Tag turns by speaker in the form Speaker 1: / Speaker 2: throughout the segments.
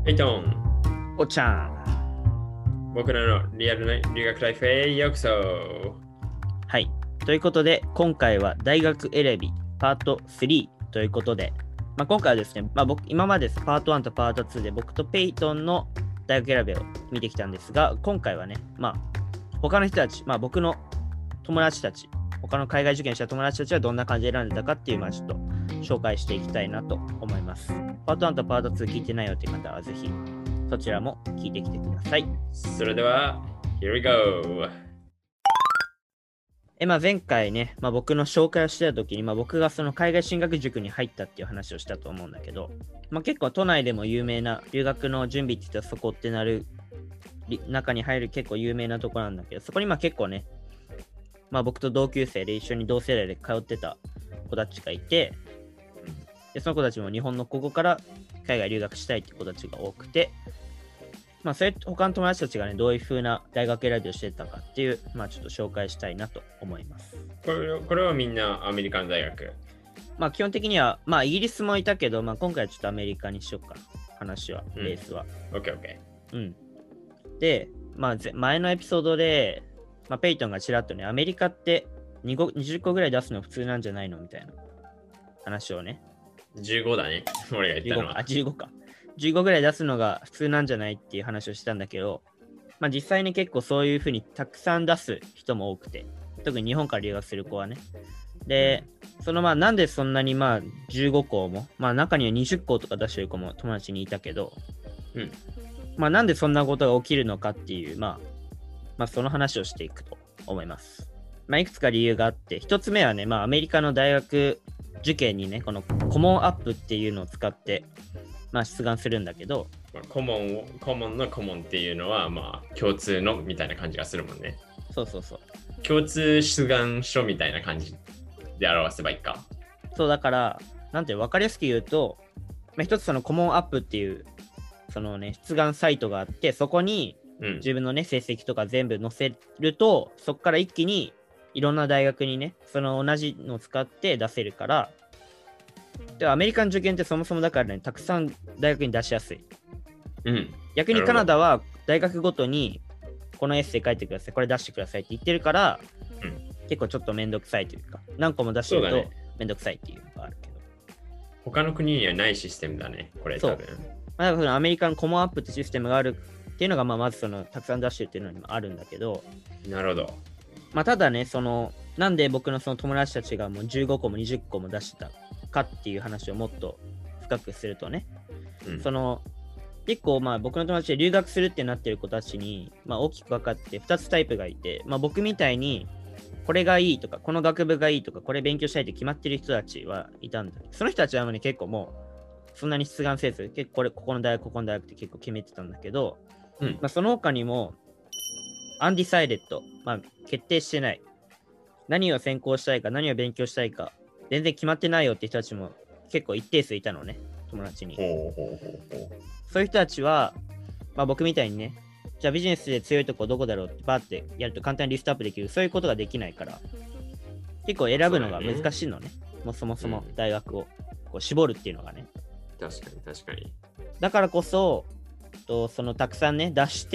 Speaker 1: はい、トン。
Speaker 2: おちゃん。
Speaker 1: 僕らのリアルな留学ライフへようこそ。
Speaker 2: はい。ということで、今回は大学選びパート3ということで、今回はですね、今までパート1とパート2で僕とペイトンの大学選びを見てきたんですが、今回はね、他の人たち、僕の友達たち、他の海外受験した友達たちはどんな感じで選んでたかっていう、ちょっと紹介していきたいなと思います。パート1とパート2聞いてないよっていう方はぜひそちらも聞いてきてください。
Speaker 1: それでは、Here we go!
Speaker 2: 前回ね、僕の紹介をしてた時に、僕がその海外進学塾に入ったっていう話をしたと思うんだけど、結構都内でも有名な留学の準備って言ったらそこってなる中に入る結構有名なところなんだけど、そこに結構ね、僕と同級生で一緒に同世代で通ってた子たちがいて、でその子たちも日本のここから海外留学したいって子たちが多くて、それ他の友達たちがね、どういう風な大学選びをしてたかっていう、ちょっと紹介したいなと思います。
Speaker 1: これはみんなアメリカの大学。
Speaker 2: 基本的には、イギリスもいたけど、今回はちょっとアメリカにしようかな。話は、ベースは。
Speaker 1: OK。
Speaker 2: で、前のエピソードで、ペイトンがちらっとね、アメリカって20個ぐらい出すの普通なんじゃないのみたいな話をね。
Speaker 1: 15だね。俺が言ったのは。
Speaker 2: 15か。15ぐらい出すのが普通なんじゃないっていう話をしたんだけど、実際に結構そういう風にたくさん出す人も多くて、特に日本から留学する子はね。で、なんでそんなに15校も、中には20校とか出してる子も友達にいたけど、なんでそんなことが起きるのかっていう、その話をしていくと思います。いくつか理由があって、一つ目はね、アメリカの大学受験にね、このコモンアップっていうのを使って、出願するんだけど、
Speaker 1: コモンのコモンっていうのは、共通のみたいな感じがするもんね。
Speaker 2: そう。
Speaker 1: 共通出願書みたいな感じで表せばいいか。
Speaker 2: そうだから、分かりやすく言うと、一つそのコモンアップっていう、出願サイトがあって、そこに自分のね、成績とか全部載せると、そこから一気にいろんな大学にね、その同じのを使って出せるから、でアメリカの受験ってそもそもだからね、たくさん大学に出しやすい。逆にカナダは大学ごとにこのエッセイ書いてください、これ出してくださいって言ってるから、結構ちょっとめんどくさいというか、何個も出してるとめんどくさいっていうのがあるけど。
Speaker 1: 他の国にはないシステムだね、これ多分。
Speaker 2: だからアメリカのコモンアップってシステムがあるっていうのが、まずたくさん出してるっていうのにもあるんだけど。
Speaker 1: なるほど。
Speaker 2: ただね、なんで僕のその友達たちがもう15個も20個も出してたかっていう話をもっと深くするとね、結構僕の友達で留学するってなってる子たちに、大きく分かって2つタイプがいて、僕みたいにこれがいいとか、この学部がいいとか、これ勉強したいって決まってる人たちはいたんだけど、その人たちはね、結構もうそんなに出願せず、結構ここの大学、ここの大学って結構決めてたんだけど、その他にもアンディサイデッド、決定してない。何を専攻したいか、何を勉強したいか、全然決まってないよって人たちも結構一定数いたのね、友達に。そういう人たちは、僕みたいにね、じゃあビジネスで強いとこどこだろうってバーってやると簡単にリストアップできる、そういうことができないから、結構選ぶのが難しいのね。もうそもそも大学をこう絞るっていうのがね。
Speaker 1: 確かに。
Speaker 2: だからこそ、たくさんね、出して、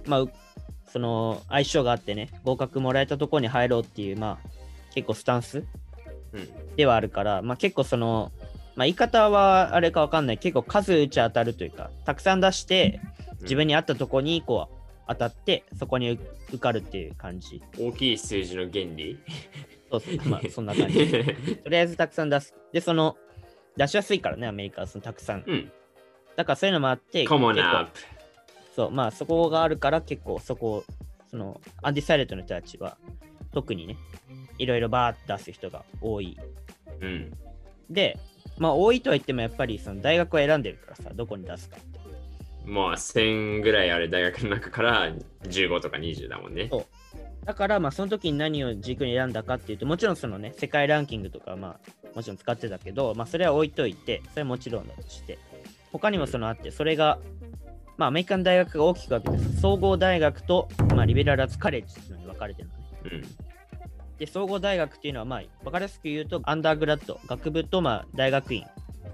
Speaker 2: 相性があってね、合格もらえたところに入ろうっていう、結構スタンス、ではあるから、結構言い方はあれかわかんない、結構数打ち当たるというか、たくさん出して、自分に合ったところにこう当たって、そこに受かるっていう感じ。
Speaker 1: 大きい数字の原理
Speaker 2: そう、そんな感じ。とりあえずたくさん出す。で、出しやすいからね、アメリカはたくさん。だからそういうのもあって、
Speaker 1: コモンアップ。
Speaker 2: そう、そこがあるから結構アンディサイレントの人たちは特にね、いろいろバーって出す人が多い。で、多いとは言ってもやっぱり大学を選んでるからさ、どこに出すかって。
Speaker 1: 1000ぐらいある大学の中から15とか20だもんね。
Speaker 2: そう。だからその時に何を軸に選んだかっていうと、もちろん世界ランキングとかもちろん使ってたけど、それは置いといて、それはもちろんだとして、他にもあって、それがアメリカの大学が大きく分けて、総合大学と、リベラルアーツカレッジっていうのに分かれてるのね。で、総合大学っていうのは、分かりやすく言うと、アンダーグラッド、学部と大学院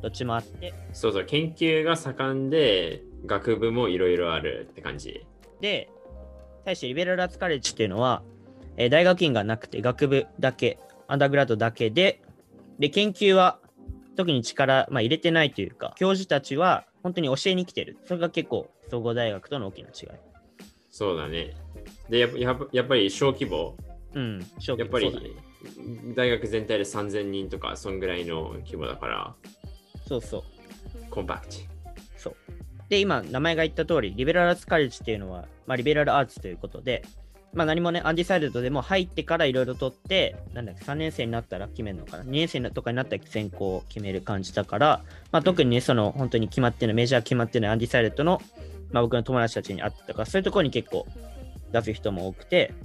Speaker 2: どっちもあって。
Speaker 1: そうそう、研究が盛んで、学部もいろいろあるって感じ。
Speaker 2: で、対してリベラルアーツカレッジっていうのは、大学院がなくて学部だけ、アンダーグラッドだけで、研究は特に力、入れてないというか、教授たちは本当に教えに来てる。それが結構、総合大学との大きな違い。
Speaker 1: そうだね。で、やっぱり小規模。
Speaker 2: 小規模。
Speaker 1: やっぱり、大学全体で3000人とか、そんぐらいの規模だから。
Speaker 2: そうそう。
Speaker 1: コンパクト。
Speaker 2: そう。で、今、名前が言った通り、リベラルアーツカレッジっていうのは、リベラルアーツということで、何もね、アンディサイドでも入ってからいろいろ取って、3年生になったら決めるのかな。2年生とかになったら専攻を決める感じだから、特にね、本当に決まってる、メジャー決まってるアンディサイドの、僕の友達たちに会ったから、そういうところに結構出す人も多くて、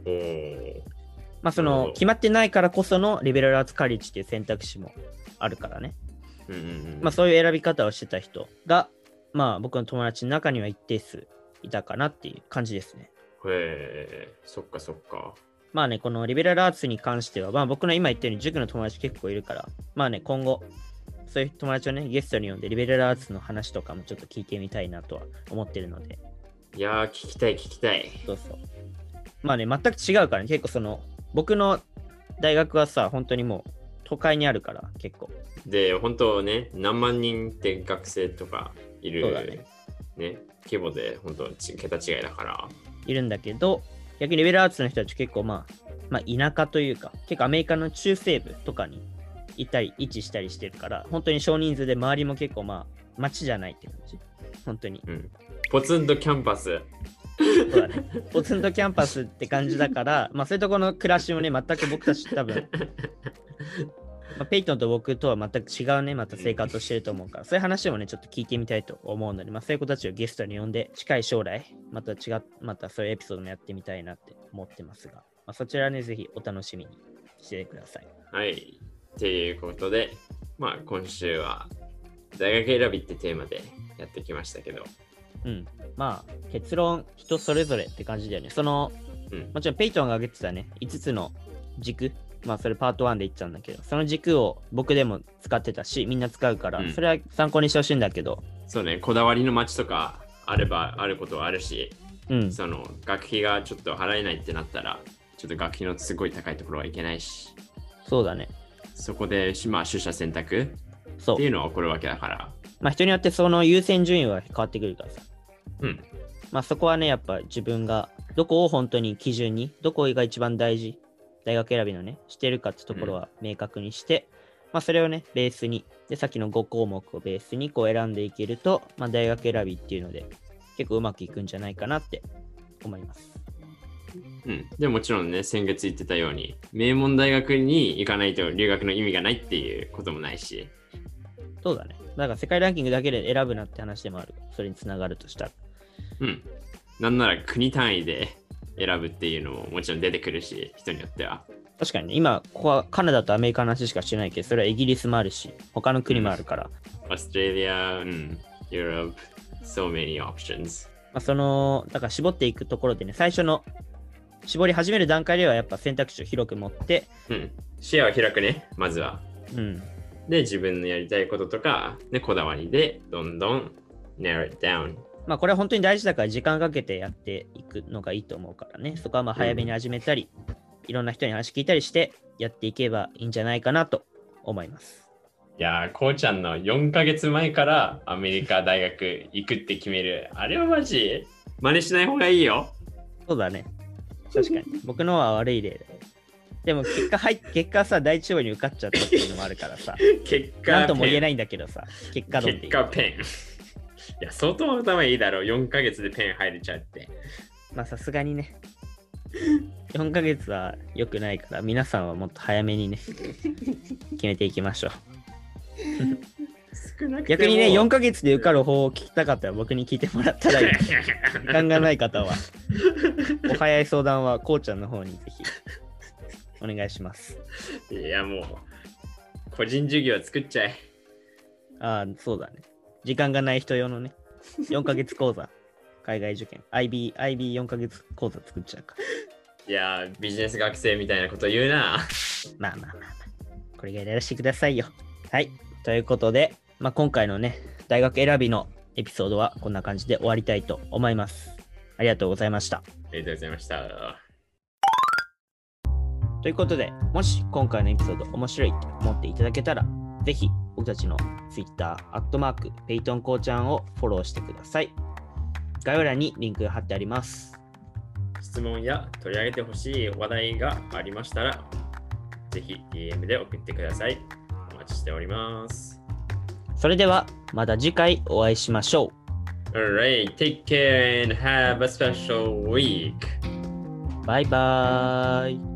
Speaker 2: 決まってないからこそのリベラルアーツカレッジっていう選択肢もあるからね。そういう選び方をしてた人が、僕の友達の中には一定数いたかなっていう感じですね。
Speaker 1: そっかそっか。
Speaker 2: このリベラルアーツに関しては、僕の今言ったように塾の友達結構いるから、今後、そういう友達をね、ゲストに呼んで、リベラルアーツの話とかもちょっと聞いてみたいなとは思ってるので。
Speaker 1: いやー、聞きたい。
Speaker 2: そうそう。全く違うからね、結構僕の大学はさ、本当にもう都会にあるから、結構。
Speaker 1: で、本当ね、何万人って学生とかいる。
Speaker 2: そうだね。
Speaker 1: 規模で本当桁違いだから。
Speaker 2: いるんだけど、逆にリベラルアーツの人たち結構田舎というか、結構アメリカの中西部とかにいたり、位置したりしてるから、本当に少人数で周りも結構街じゃないって感じ。本当に。
Speaker 1: ポツンとキャンパス。
Speaker 2: そうだね。ポツンとキャンパスって感じだから、そういうところの暮らしもね、全く僕たち多分、ペイトンと僕とは全く違うね、また生活をしてると思うから、そういう話もね、ちょっと聞いてみたいと思うので、そういう子たちをゲストに呼んで、近い将来、またそういうエピソードもやってみたいなって思ってますが、そちらね、ぜひお楽しみにしてください。
Speaker 1: はい。ということで、今週は大学選びってテーマでやってきましたけど。
Speaker 2: 結論、人それぞれって感じだよね。もちろんペイトンが挙げてたね、5つの軸、それパート1で言っちゃうんだけど、その軸を僕でも使ってたし、みんな使うから、それは参考にしてほしいんだけど。
Speaker 1: そうね、こだわりの街とかあればあることはあるし、学費がちょっと払えないってなったら、ちょっと学費のすごい高いところはいけないし。
Speaker 2: そうだね。
Speaker 1: そこで、取捨選択っていうのは起こるわけだから。
Speaker 2: 人によってその優先順位は変わってくるからさ。そこはね、やっぱ自分がどこを本当に基準に、どこが一番大事、大学選びのね、してるかってところは明確にして、それをね、ベースに、で、さっきの5項目をベースに選んでいけると、大学選びっていうので、結構うまくいくんじゃないかなって思います。
Speaker 1: でもちろんね、先月言ってたように、名門大学に行かないと留学の意味がないっていうこともないし。
Speaker 2: そうだね。だから世界ランキングだけで選ぶなって話でもある。それにつながるとしたら。
Speaker 1: なんなら国単位で選ぶっていうのももちろん出てくるし、人によっては。
Speaker 2: 確かにね、今、ここはカナダとアメリカの話しかしてないけど、それはイギリスもあるし、他の国もあるから。
Speaker 1: オーストラリア、Europe, so many options。
Speaker 2: だから絞っていくところでね、最初の絞り始める段階ではやっぱ選択肢を広く持って、
Speaker 1: 視野を開くね、まずは。で、自分のやりたいこととか、こだわりでどんどん narrow it down。
Speaker 2: これは本当に大事だから時間かけてやっていくのがいいと思うからね。そこは早めに始めたり、いろんな人に話聞いたりしてやっていけばいいんじゃないかなと思います。
Speaker 1: いやー、こうちゃんの4ヶ月前からアメリカ大学行くって決める。あれはマジ真似しない方がいいよ。
Speaker 2: そうだね。確かに。僕のは悪い例だよ。でも結果さ、第一志望に受かっちゃったっていうのもあるからさ。
Speaker 1: 結果
Speaker 2: なんとも言えないんだけどさ。結果
Speaker 1: ペン。いや、相当頭いいだろう。4ヶ月でペン入れちゃって。
Speaker 2: さすがにね。4ヶ月は良くないから、皆さんはもっと早めにね、決めていきましょう。逆にね、4ヶ月で受かる方を聞きたかったら僕に聞いてもらったらいい。時間がない方は、お早い相談はこうちゃんの方にぜひお願いします。
Speaker 1: いや、もう、個人授業作っちゃえ。
Speaker 2: ああ、そうだね。時間がない人用のね、4ヶ月講座、海外受験、IB4 ヶ月講座作っちゃうから。
Speaker 1: いや、ビジネス学生みたいなこと言うな。
Speaker 2: これぐらいやらせてくださいよ。はい。ということで、 まあ、今回のね、大学選びのエピソードはこんな感じで終わりたいと思います。ありがとうございました。
Speaker 1: ありがとうございました。
Speaker 2: ということで、もし今回のエピソード面白いと思っていただけたら、ぜひ僕たちの Twitter、ペイトンコーちゃんをフォローしてください。概要欄にリンクが貼ってあります。
Speaker 1: 質問や取り上げてほしい話題がありましたら、ぜひ DM で送ってください。お待ちしております。
Speaker 2: それではまた次回お会いしましょ
Speaker 1: う。Alright, take care and have a special week.
Speaker 2: バイバーイ。